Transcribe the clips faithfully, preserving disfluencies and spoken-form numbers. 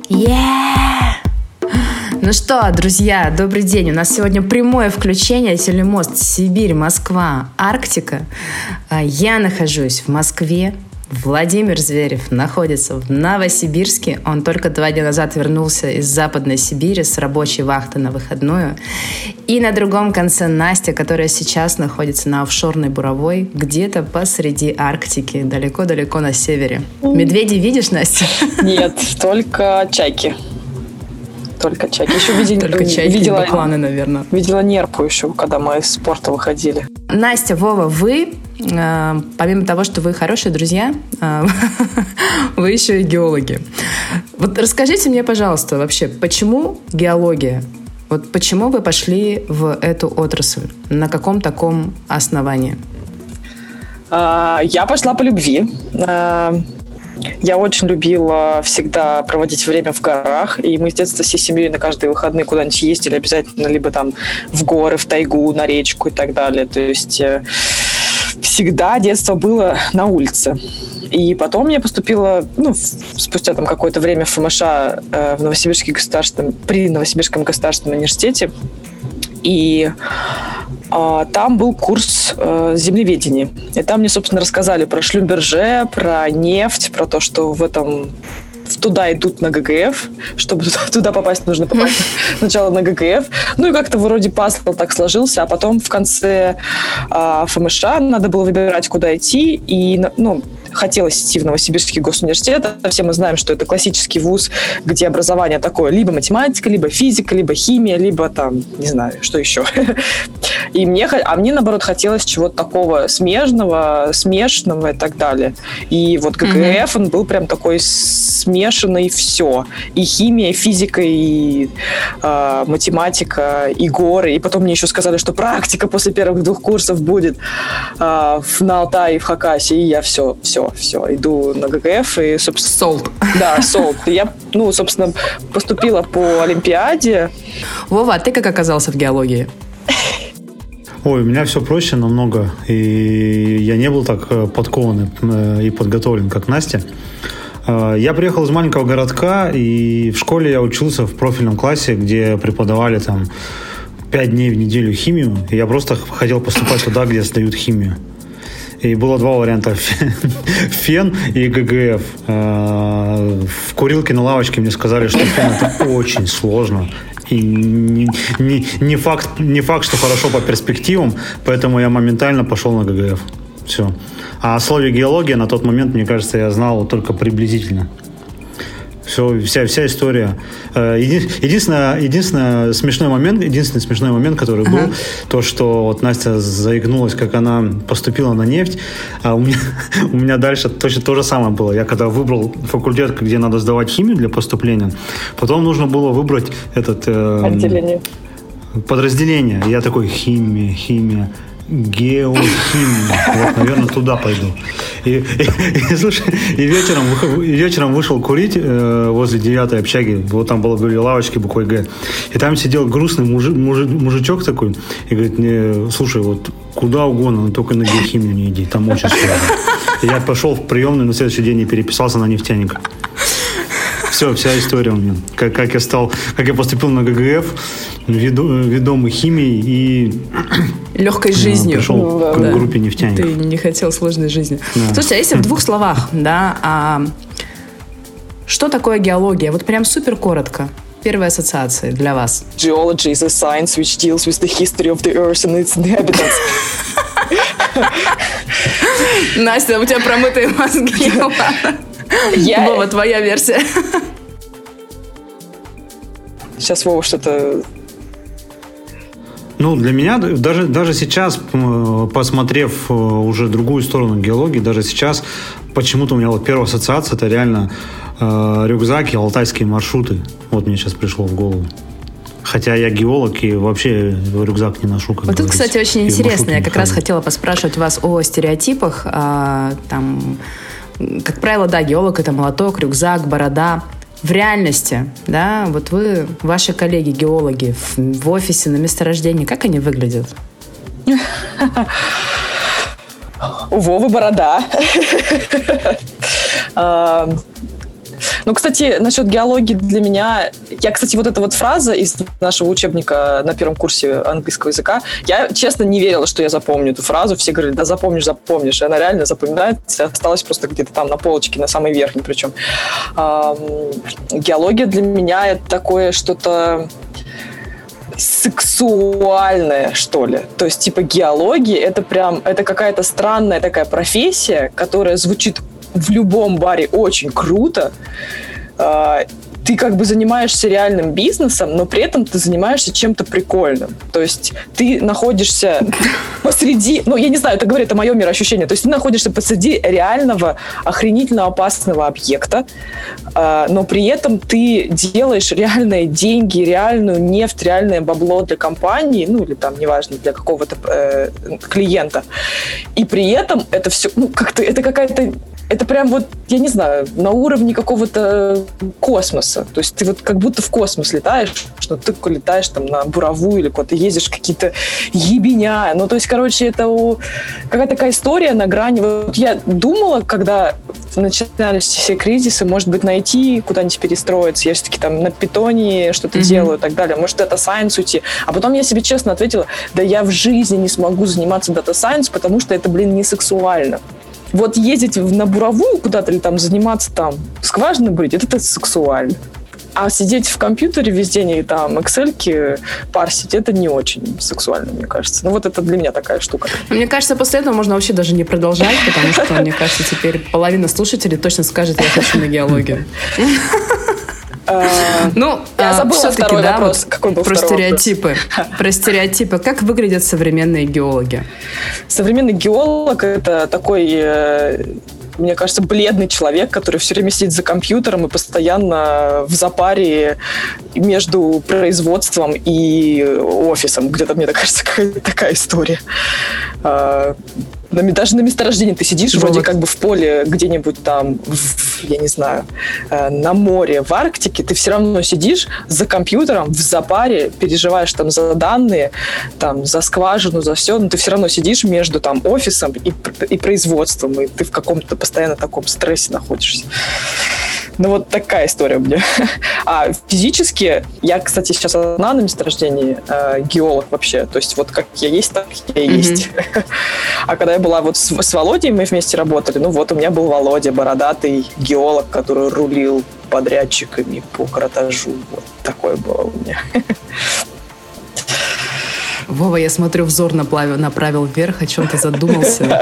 Yeah! Ну что, друзья, добрый день. У нас сегодня прямое включение. Телемост Сибирь, Москва, Арктика. Я нахожусь в Москве. Владимир Зверев находится в Новосибирске. Он только два дня назад вернулся из Западной Сибири с рабочей вахты на выходную. И на другом конце Настя, которая сейчас находится на офшорной буровой, где-то посреди Арктики, далеко-далеко на севере. Медведей видишь, Настя? Нет, только чайки. Только чайки. Еще видели, только чайки видела, и бакланы, наверное. Видела нерпу еще, когда мы из спорта выходили. Настя, Вова, вы, э, помимо того, что вы хорошие друзья, э, вы еще и геологи. Вот расскажите мне, пожалуйста, вообще, почему геология? Вот почему вы пошли в эту отрасль? На каком таком основании? Я пошла по любви. Я очень любила всегда проводить время в горах, и мы с детства всей семьей на каждые выходные куда-нибудь ездили обязательно, либо там в горы, в тайгу, на речку и так далее. То есть всегда детство было на улице. И потом я поступила, ну, спустя там какое-то время в ФМШ э, в Новосибирске государственном, при Новосибирском государственном университете. И э, там был курс э, землеведения. И там мне, собственно, рассказали про Шлюмберже, про нефть, про то, что в этом... туда идут на ГГФ. Чтобы туда попасть, нужно попасть сначала на ГГФ. Ну и как-то вроде пазл так сложился. А потом в конце э, ФМШ надо было выбирать, куда идти. И, ну, хотелось идти в Новосибирский госуниверситет. Все мы знаем, что это классический вуз, где образование такое либо математика, либо физика, либо химия, либо там, не знаю, что еще. И мне, а мне, наоборот, хотелось чего-то такого смежного, смешанного и так далее. И вот ГГФ, mm-hmm. он был прям такой смешанный все. И химия, и физика, и э, математика, и горы. И потом мне еще сказали, что практика после первых двух курсов будет э, на Алтае и в Хакасии. И я все, все, все, иду на ГГФ. И, собственно... Солт. Да, солт. И я, ну, собственно, поступила по Олимпиаде. Вова, а ты как оказался в геологии? Ой, у меня все проще намного, и я не был так подкован и подготовлен, как Настя. Я приехал из маленького городка, и в школе я учился в профильном классе, где преподавали там пять дней в неделю химию, и я просто хотел поступать туда, где сдают химию. И было два варианта: фен и ГГФ. В курилке на лавочке мне сказали, что фен — это очень сложно. И не, не, не, факт, не факт, что хорошо по перспективам, поэтому я моментально пошел на ГГФ. Все. А о слове геология на тот момент, мне кажется, я знал только приблизительно. Все, вся, вся история. Еди, единственное, единственное смешной момент, единственный смешной момент, который был, uh-huh. то, что вот Настя заикнулась, как она поступила на нефть, а у меня, у меня дальше точно то же самое было. Я когда выбрал факультет, где надо сдавать химию для поступления, потом нужно было выбрать этот... Э, Отделение. Подразделение. Я такой: химия, химия. Геохимия. Вот, наверное, туда пойду. И, и, и, слушай, и вечером, и вечером вышел курить э, возле девятой общаги. Вот там было, были лавочки буквой Г. И там сидел грустный мужи, мужи, мужичок такой. И говорит мне: слушай, вот куда угодно, но только на геохимию не иди. Там очень сложно. И я пошел в приемную на следующий день и переписался на нефтяника. Все, вся история у меня. Как, как я стал, как я поступил на ГГФ, ведомый химией и легкой жизнью. Пришел да, к да. группе нефтяников. Ты не хотел сложной жизни. Да. Слушайте, а если в двух словах, да, а, что такое геология? Вот прям супер коротко. Первые ассоциации для вас. Geology is a science which deals with the history of the earth and its inhabitants. Настя, у тебя промытые мозги. Я... Вова, твоя версия. Сейчас Вова что-то... Ну, для меня, даже, даже сейчас, посмотрев уже другую сторону геологии, даже сейчас почему-то у меня вот первая ассоциация — это реально э, рюкзак и алтайские маршруты. Вот мне сейчас пришло в голову. Хотя я геолог и вообще рюкзак не ношу. Вот тут, кстати, очень интересно. Я как раз хотела поспрашивать вас о стереотипах. А, там, как правило, да, геолог — это молоток, рюкзак, борода. В реальности, да, вот вы, ваши коллеги-геологи в, в офисе, на месторождении, как они выглядят? У Вовы борода. Ну, кстати, насчет геологии для меня... Я, кстати, вот эта вот фраза из нашего учебника на первом курсе английского языка, я, честно, не верила, что я запомню эту фразу. Все говорили, да запомнишь, запомнишь. И она реально запоминается, осталась просто где-то там на полочке, на самой верхней причем. Геология для меня это такое что-то... сексуальное, что ли. То есть, типа, геология это прям, это какая-то странная такая профессия, которая звучит в любом баре очень круто. Ты как бы занимаешься реальным бизнесом, но при этом ты занимаешься чем-то прикольным. То есть ты находишься посреди... Ну, я не знаю, это говорю, это мое мироощущение. То есть ты находишься посреди реального, охренительно опасного объекта, но при этом ты делаешь реальные деньги, реальную нефть, реальное бабло для компании, ну, или там, неважно, для какого-то э, клиента. И при этом это все... Ну, как-то... Это какая-то... Это прям вот, я не знаю, на уровне какого-то космоса. То есть ты вот как будто в космос летаешь, что ты летаешь там на буровую или куда-то ездишь, какие-то ебеня. Ну, то есть, короче, это какая-то такая история на грани. Вот я думала, когда начинались все кризисы, может быть, найти, куда-нибудь перестроиться. Я все-таки там на питоне что-то mm-hmm. делаю и так далее. Может, Data Science уйти. А потом я себе честно ответила, да я в жизни не смогу заниматься Data Science, потому что это, блин, не сексуально. Вот ездить на буровую куда-то или там заниматься там скважины бурить, это, это сексуально. А сидеть в компьютере весь день и там Excel-ки парсить, это не очень сексуально, мне кажется. Ну вот это для меня такая штука. Мне кажется, после этого можно вообще даже не продолжать, потому что, мне кажется, теперь половина слушателей точно скажет, я хочу на геологию. Ну, я забыла второй вопрос. Какой был про стереотипы. Про стереотипы. Как выглядят современные геологи? Современный геолог – это такой, мне кажется, бледный человек, который все время сидит за компьютером и постоянно в запаре между производством и офисом. Где-то, мне кажется, какая-то такая история. Даже на месторождении ты сидишь вот. Вроде как бы в поле где-нибудь там, в, я не знаю, на море, в Арктике, ты все равно сидишь за компьютером в запаре, переживаешь там за данные, там, за скважину, за все, но ты все равно сидишь между там офисом и, и производством, и ты в каком-то постоянно таком стрессе находишься. Ну, вот такая история у меня. А физически, я, кстати, сейчас одна на месторождении, э, геолог вообще. То есть вот как я есть, так я и есть. Mm-hmm. А когда я была вот с, с Володей, мы вместе работали, ну вот у меня был Володя, бородатый геолог, который рулил подрядчиками по картажу. Вот такое было у меня. Вова, я смотрю, взор направил, направил вверх, о чем-то задумался.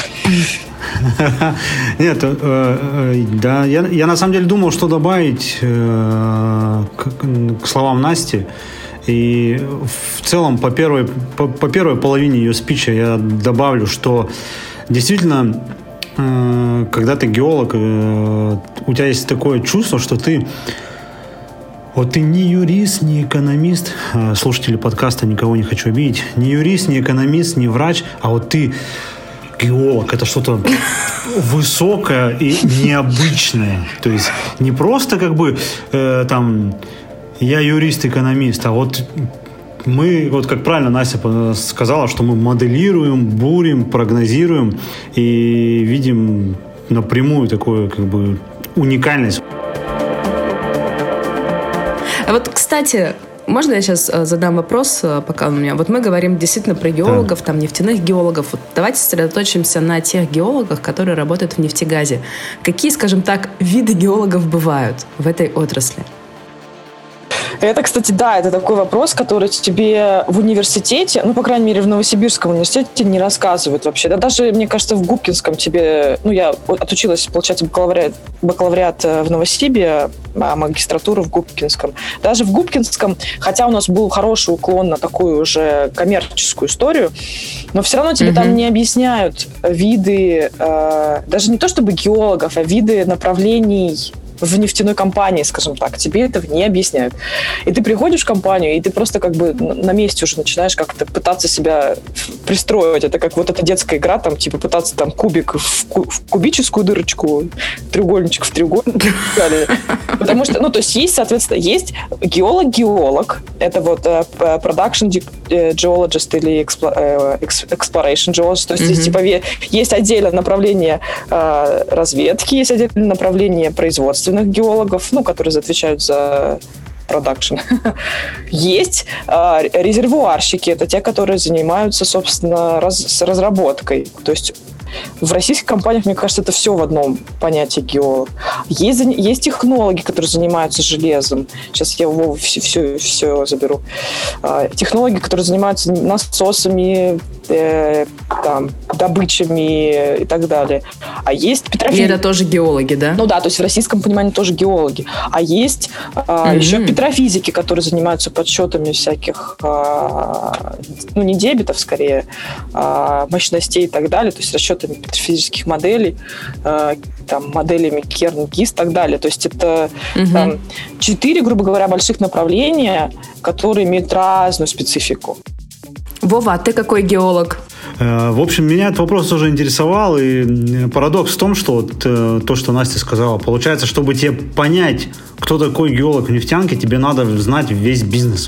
Нет, э, э, да, я, я на самом деле думал, что добавить э, к, к словам Насти. И в целом по первой, по, по первой половине ее спича я добавлю, что действительно, э, когда ты геолог, э, у тебя есть такое чувство, что ты вот ты не юрист, не экономист, слушатели подкаста, никого не хочу обидеть, не юрист, не экономист, не врач, а вот ты геолог, это что-то высокое и необычное. То есть не просто как бы э, там я юрист-экономист, а вот мы, вот как правильно Настя сказала, что мы моделируем, бурим, прогнозируем и видим напрямую такую как бы уникальность. А вот, кстати, можно я сейчас задам вопрос, пока у меня... Вот мы говорим действительно про геологов, да. Там, нефтяных геологов. Вот давайте сосредоточимся на тех геологах, которые работают в нефтегазе. Какие, скажем так, виды геологов бывают в этой отрасли? Это, кстати, да, это такой вопрос, который тебе в университете, ну, по крайней мере, в Новосибирском университете не рассказывают вообще. Да даже, мне кажется, в Губкинском тебе... Ну, я отучилась, получается, бакалавриат, бакалавриат в Новосибе, а магистратуру в Губкинском. Даже в Губкинском, хотя у нас был хороший уклон на такую уже коммерческую историю, но все равно тебе mm-hmm. там не объясняют виды, э, даже не то чтобы геологов, а виды направлений в нефтяной компании, скажем так, тебе этого не объясняют. И ты приходишь в компанию, и ты просто как бы на месте уже начинаешь как-то пытаться себя пристроить. Это как вот эта детская игра, там, типа пытаться там кубик в, ку- в кубическую дырочку, треугольничек в треугольник. Потому что, ну, то есть есть, соответственно, есть геолог-геолог, это вот uh, production geologist или exploration geologist, то есть, mm-hmm. типа, есть отдельное направление uh, разведки, есть отдельное направление производства, промышленных геологов, ну, которые отвечают за продакшн. Есть э, резервуарщики, это те, которые занимаются, собственно, раз, с разработкой. То есть в российских компаниях, мне кажется, это все в одном понятии геолог. Есть, есть технологи, которые занимаются железом. Сейчас я его все, все, все заберу. Э, технологи, которые занимаются насосами, э, там, добычами и так далее. А есть петрофизики. И это тоже геологи, да? Ну да, то есть в российском понимании тоже геологи. А есть э, mm-hmm. еще петрофизики, которые занимаются подсчетами всяких, э, ну не дебетов скорее, э, мощностей и так далее, то есть расчетами петрофизических моделей, э, там, моделями Керн-Гис и так далее. То есть это mm-hmm. там, четыре, грубо говоря, больших направления, которые имеют разную специфику. Вова, а ты какой геолог? В общем, меня этот вопрос тоже интересовал, и парадокс в том, что вот, то, что Настя сказала, получается, чтобы тебе понять, кто такой геолог в нефтянке, тебе надо знать весь бизнес.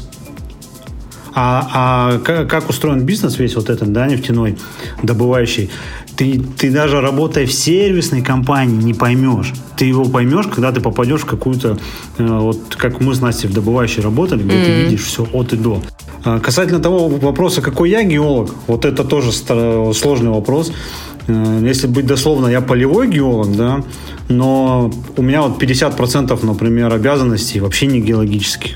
А, а как, как устроен бизнес весь вот этот, да, нефтяной, добывающий, ты, ты даже работая в сервисной компании не поймешь. Ты его поймешь, когда ты попадешь в какую-то, вот как мы с Настей в добывающей работали, где mm-hmm. ты видишь все от и до. Касательно того вопроса, какой я геолог, вот это тоже сложный вопрос. Если быть дословно, я полевой геолог, да, но у меня вот пятьдесят процентов, например, обязанностей вообще не геологических.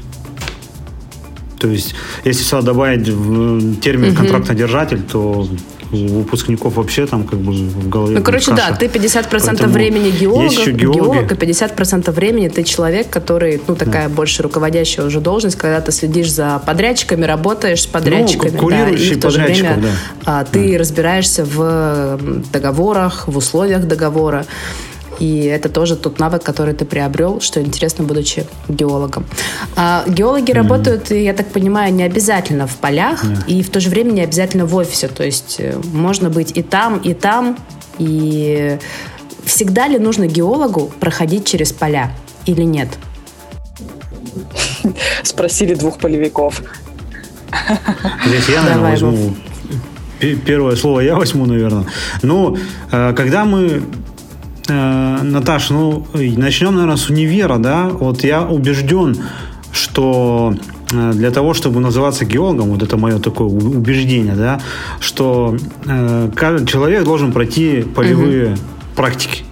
То есть, если сюда добавить в термин контрактодержатель, то у выпускников вообще там как бы в голове. Ну, короче, каша. Да, ты пятьдесят процентов Поэтому времени геолог, геолог, и пятьдесят процентов времени ты человек, который, ну, такая да. больше руководящая уже должность, когда ты следишь за подрядчиками, работаешь с подрядчиками, ну, да, и в то же время да. а, ты да. разбираешься в договорах, в условиях договора. И это тоже тот навык, который ты приобрел, что интересно, будучи геологом. А геологи mm-hmm. работают, я так понимаю, не обязательно в полях, yeah. и в то же время не обязательно в офисе. То есть можно быть и там, и там. И всегда ли нужно геологу проходить через поля или нет? Спросили двух полевиков. Здесь я, наверное, Давай, возьму... Первое слово я возьму, наверное. Ну, когда мы... Наташ, ну, начнем, наверное, с универа, да, вот я убежден, что для того, чтобы называться геологом, вот это мое такое убеждение, да, что каждый человек должен пройти полевые uh-huh. практики.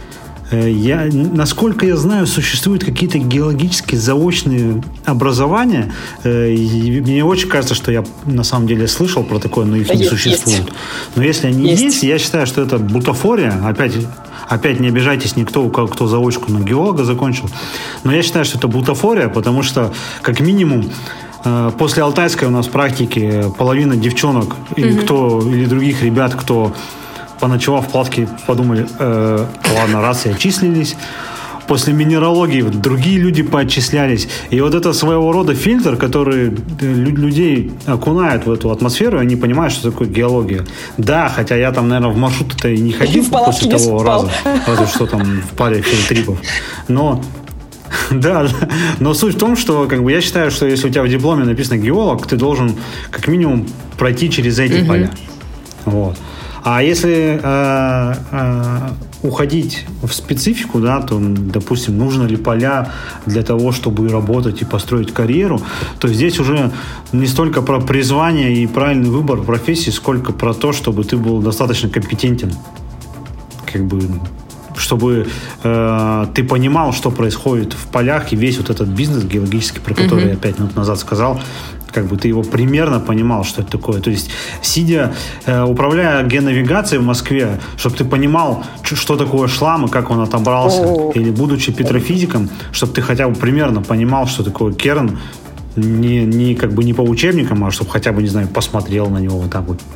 Я, насколько я знаю, существуют какие-то геологические заочные образования. И мне очень кажется, что я на самом деле слышал про такое, но их не есть, существует. Есть. Но если они есть. есть, я считаю, что это бутафория. Опять, опять не обижайтесь никто, кто заочку на геолога закончил. Но я считаю, что это бутафория, потому что, как минимум, после алтайской у нас практики половина девчонок mm-hmm. или, кто, или других ребят, кто поночевав в плавке, подумали, э, ладно, раз и отчислились. После минералогии вот, другие люди поотчислялись. И вот это своего рода фильтр, который людей окунает в эту атмосферу, и они понимают, что такое геология. Да, хотя я там, наверное, в маршрут-то и не ходил и после того раза, разве что там в паре филтрипов. Но да, но суть в том, что как бы, я считаю, что если у тебя в дипломе написано геолог, ты должен как минимум пройти через эти угу. поля. Вот. А если э, э, уходить в специфику, да, то, допустим, нужны ли поля для того, чтобы работать и построить карьеру, то здесь уже не столько про призвание и правильный выбор профессии, сколько про то, чтобы ты был достаточно компетентен, как бы, чтобы э, ты понимал, что происходит в полях, и весь вот этот бизнес геологический, про который mm-hmm. я пять минут назад сказал, как бы ты его примерно понимал, что это такое. То есть, сидя, э, управляя геонавигацией в Москве, чтобы ты понимал, что такое шлам и как он отобрался, oh. или будучи петрофизиком, чтобы ты хотя бы примерно понимал, что такое керн, не, не, как бы не по учебникам, а чтобы хотя бы, не знаю, посмотрел на него вот так вот.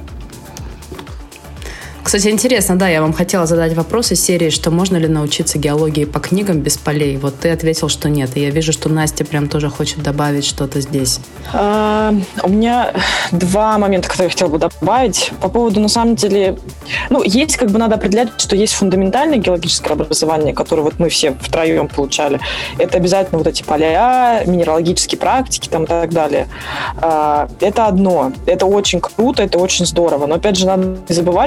Кстати, интересно, да, я вам хотела задать вопрос из серии, что можно ли научиться геологии по книгам без полей? Вот ты ответил, что нет. И я вижу, что Настя прям тоже хочет добавить что-то здесь. А, у меня два момента, которые я хотела бы добавить. По поводу, на самом деле, ну, есть, как бы надо определять, что есть фундаментальное геологическое образование, которое вот мы все втроем получали. Это обязательно вот эти поля, минералогические практики там и так далее. А, это одно. Это очень круто, это очень здорово. Но, опять же, надо не забывать, что есть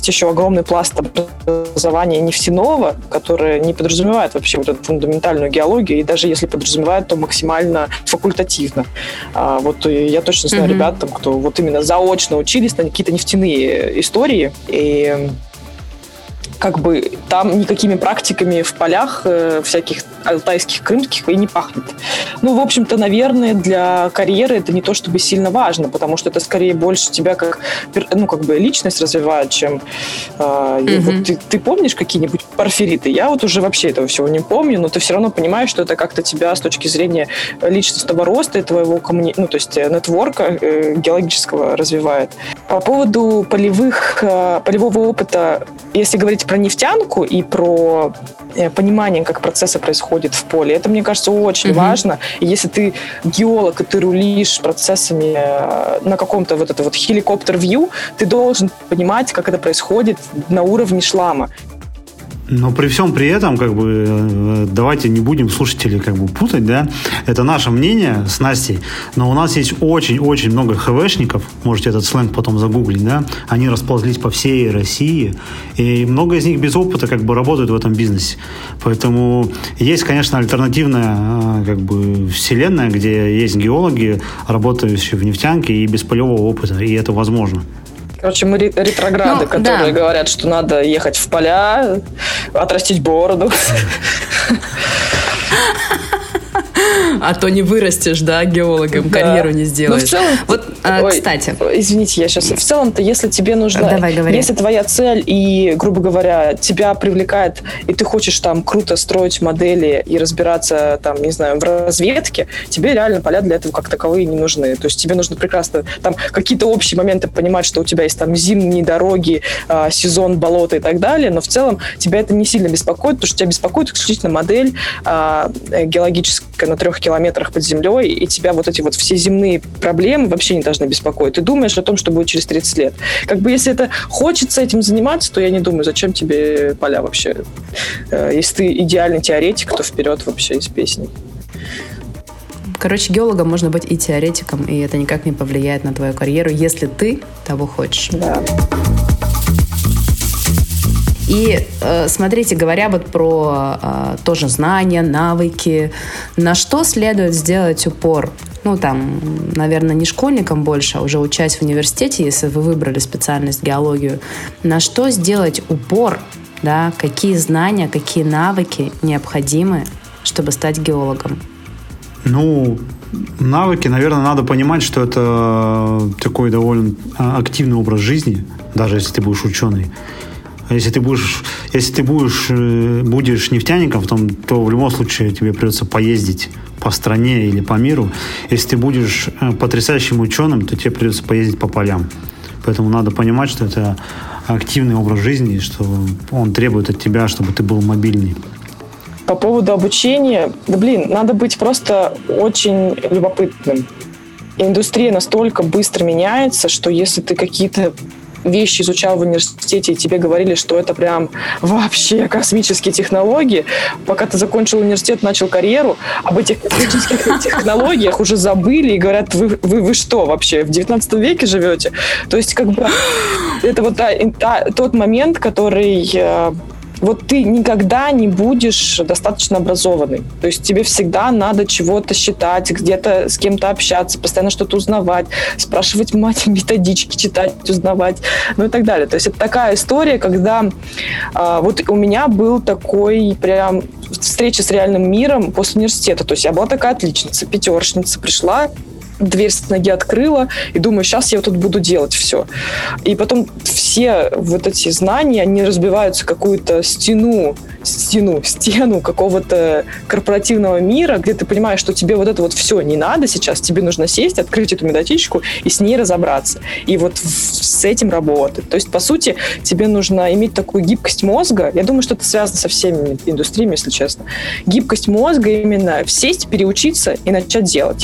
есть еще огромный пласт образования нефтяного, которое не подразумевает вообще вот эту фундаментальную геологию, и даже если подразумевает, то максимально факультативно. А, вот я точно знаю mm-hmm. ребят, там, кто вот именно заочно учились на какие-то нефтяные истории, и как бы там никакими практиками в полях э, всяких алтайских, крымских и не пахнет. Ну, в общем-то, наверное, для карьеры это не то чтобы сильно важно, потому что это скорее больше тебя как, ну, как бы личность развивает, чем... Э, mm-hmm. вот ты, ты помнишь какие-нибудь порфириты? Я вот уже вообще этого всего не помню, но ты все равно понимаешь, что это как-то тебя с точки зрения личностного роста и твоего коммуни... ну, то есть нетворка э, геологического развивает. По поводу полевых, э, полевого опыта, если говорить про нефтянку и про э, понимание, как процессы происходят в поле, это, мне кажется, очень mm-hmm. важно. И если ты геолог, и ты рулишь процессами э, на каком-то вот это вот helicopter-view, ты должен понимать, как это происходит на уровне шлама. Но при всем при этом, как бы, давайте не будем слушателей как бы путать, да, это наше мнение с Настей, но у нас есть очень-очень много ХВшников, можете этот сленг потом загуглить, да, они расползлись по всей России, и много из них без опыта как бы работают в этом бизнесе, поэтому есть, конечно, альтернативная как бы вселенная, где есть геологи, работающие в нефтянке и без полевого опыта, и это возможно. Короче, мы ретрограды, ну, которые да. говорят, что надо ехать в поля, отрастить бороду. А то не вырастешь, да, геологом, да. карьеру не сделаешь. Ну, в целом, вот, а, ой, кстати. Извините, я сейчас... В целом-то, если тебе нужно... Давай, говори. Если твоя цель и, грубо говоря, тебя привлекает, и ты хочешь там круто строить модели и разбираться, там, не знаю, в разведке, тебе реально поля для этого как таковые не нужны. То есть тебе нужно прекрасно там какие-то общие моменты понимать, что у тебя есть там зимние дороги, а, сезон, болота и так далее, но в целом тебя это не сильно беспокоит, потому что тебя беспокоит исключительно модель а, геологическая на трех километрах под землей, и тебя вот эти вот все земные проблемы вообще не должны беспокоить. Ты думаешь о том, что будет через тридцать лет. Как бы если это хочется этим заниматься, то я не думаю, зачем тебе поля вообще. Если ты идеальный теоретик, то вперед вообще из песни. Короче, геологом можно быть и теоретиком, и это никак не повлияет на твою карьеру, если ты того хочешь. Да. И э, смотрите, говоря вот про э, тоже знания, навыки, на что следует сделать упор? Ну, там, наверное, не школьникам больше, а уже учась в университете, если вы выбрали специальность геологию, на что сделать упор, да, какие знания, какие навыки необходимы, чтобы стать геологом? Ну, навыки, наверное, надо понимать, что это такой довольно активный образ жизни, даже если ты будешь ученый. Если ты будешь, если ты будешь, будешь нефтяником, то, то в любом случае тебе придется поездить по стране или по миру. Если ты будешь потрясающим ученым, то тебе придется поездить по полям. Поэтому надо понимать, что это активный образ жизни, что он требует от тебя, чтобы ты был мобильный. По поводу обучения, да блин, надо быть просто очень любопытным. Индустрия настолько быстро меняется, что если ты какие-то вещи изучал в университете, и тебе говорили, что это прям вообще космические технологии, пока ты закончил университет, начал карьеру, об этих космических технологиях уже забыли и говорят, вы, вы, вы что вообще, в девятнадцатом веке живете? То есть как бы это вот та, та, тот момент, который... Вот ты никогда не будешь достаточно образованный. То есть тебе всегда надо чего-то считать, где-то с кем-то общаться, постоянно что-то узнавать, спрашивать мать методички, читать, узнавать, ну и так далее. То есть это такая история, когда а, вот у меня был такой прям встреча с реальным миром после университета. То есть я была такая отличница, пятершница, пришла, дверь с ноги открыла, и думаю, сейчас я вот тут буду делать все. И потом все вот эти знания, они разбиваются в какую-то стену, стену, стену какого-то корпоративного мира, где ты понимаешь, что тебе вот это вот все не надо сейчас, тебе нужно сесть, открыть эту методичку и с ней разобраться. И вот с этим работать. То есть, по сути, тебе нужно иметь такую гибкость мозга. Я думаю, что это связано со всеми индустриями, если честно. Гибкость мозга именно сесть, переучиться и начать делать.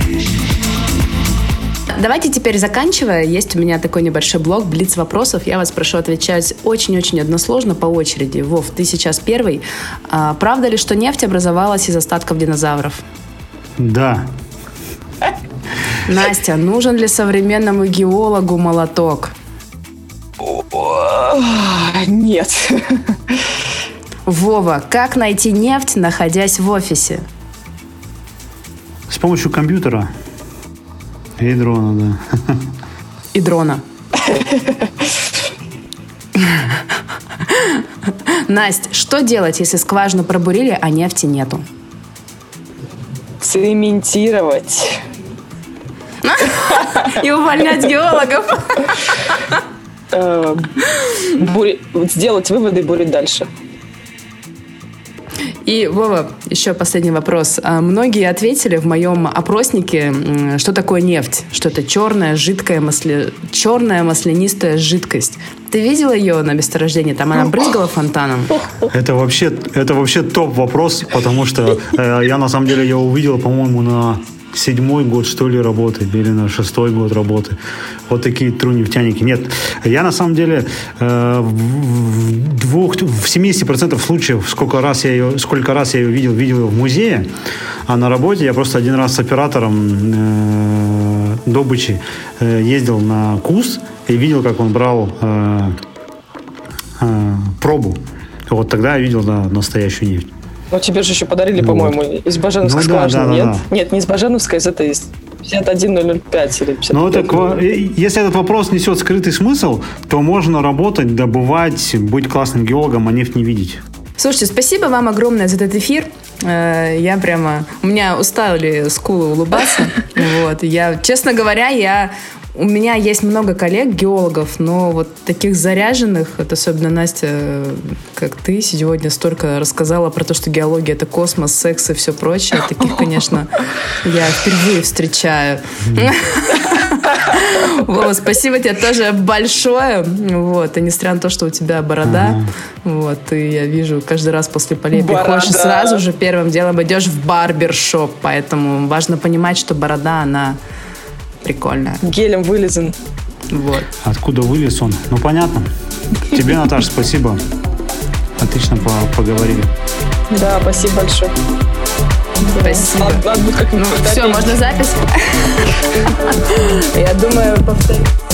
Давайте теперь заканчивая. Есть у меня такой небольшой блок «Блиц вопросов». Я вас прошу отвечать очень-очень односложно по очереди. Вов, ты сейчас первый. А, правда ли, что нефть образовалась из остатков динозавров? Да. Настя, нужен ли современному геологу молоток? Нет. Вова, как найти нефть, находясь в офисе? С помощью компьютера и дрона, да. И дрона. Настя, что делать, если скважину пробурили, а нефти нету? Цементировать. И увольнять геологов. Сделать выводы и бурить дальше. И, Вова, еще последний вопрос. Многие ответили в моем опроснике, что такое нефть, что это черная, жидкая, масле... черная маслянистая жидкость. Ты видела ее на месторождении? Там она брызгала фонтаном? Это вообще, это вообще топ-вопрос, потому что э, я на самом деле ее увидел, по-моему, на седьмой год, что ли, работы, или на шестой год работы. Вот такие тру-нефтяники. Нет, я на самом деле э, в, двух, в семьдесят процентов случаев, сколько раз я ее, сколько раз я ее видел, видел ее в музее, а на работе я просто один раз с оператором э, добычи э, ездил на КУС и видел, как он брал э, э, пробу. Вот тогда я видел, да, настоящую нефть. Ну, тебе же еще подарили, по-моему, вот. Из Баженовской ну, скважины, да, да, нет? Да, да. Нет, не из Баженовской, из этой, из пятьдесят один ноль пять или пятьдесят пять. Ну, это, если этот вопрос несет скрытый смысл, то можно работать, добывать, быть классным геологом, а нефть не видеть. Слушайте, спасибо вам огромное за этот эфир. Я прямо... У меня устали скулы улыбаться. Вот. Я, честно говоря, я... У меня есть много коллег-геологов, но вот таких заряженных, вот особенно Настя, как ты, сегодня столько рассказала про то, что геология — это космос, секс и все прочее. Таких, конечно, я впервые встречаю. Вова, спасибо тебе тоже большое. Вот. И несмотря на то, что у тебя борода, вот, и я вижу каждый раз после полей приходишь, сразу же первым делом идешь в барбершоп. Поэтому важно понимать, что борода, она... прикольно. Гелем вылизан. Вот. Откуда вылез он? Ну, понятно. Тебе, Наташа, спасибо. Отлично поговорили. Да, спасибо большое. Спасибо. Надо, надо ну, все, можно запись? Я думаю, повторить.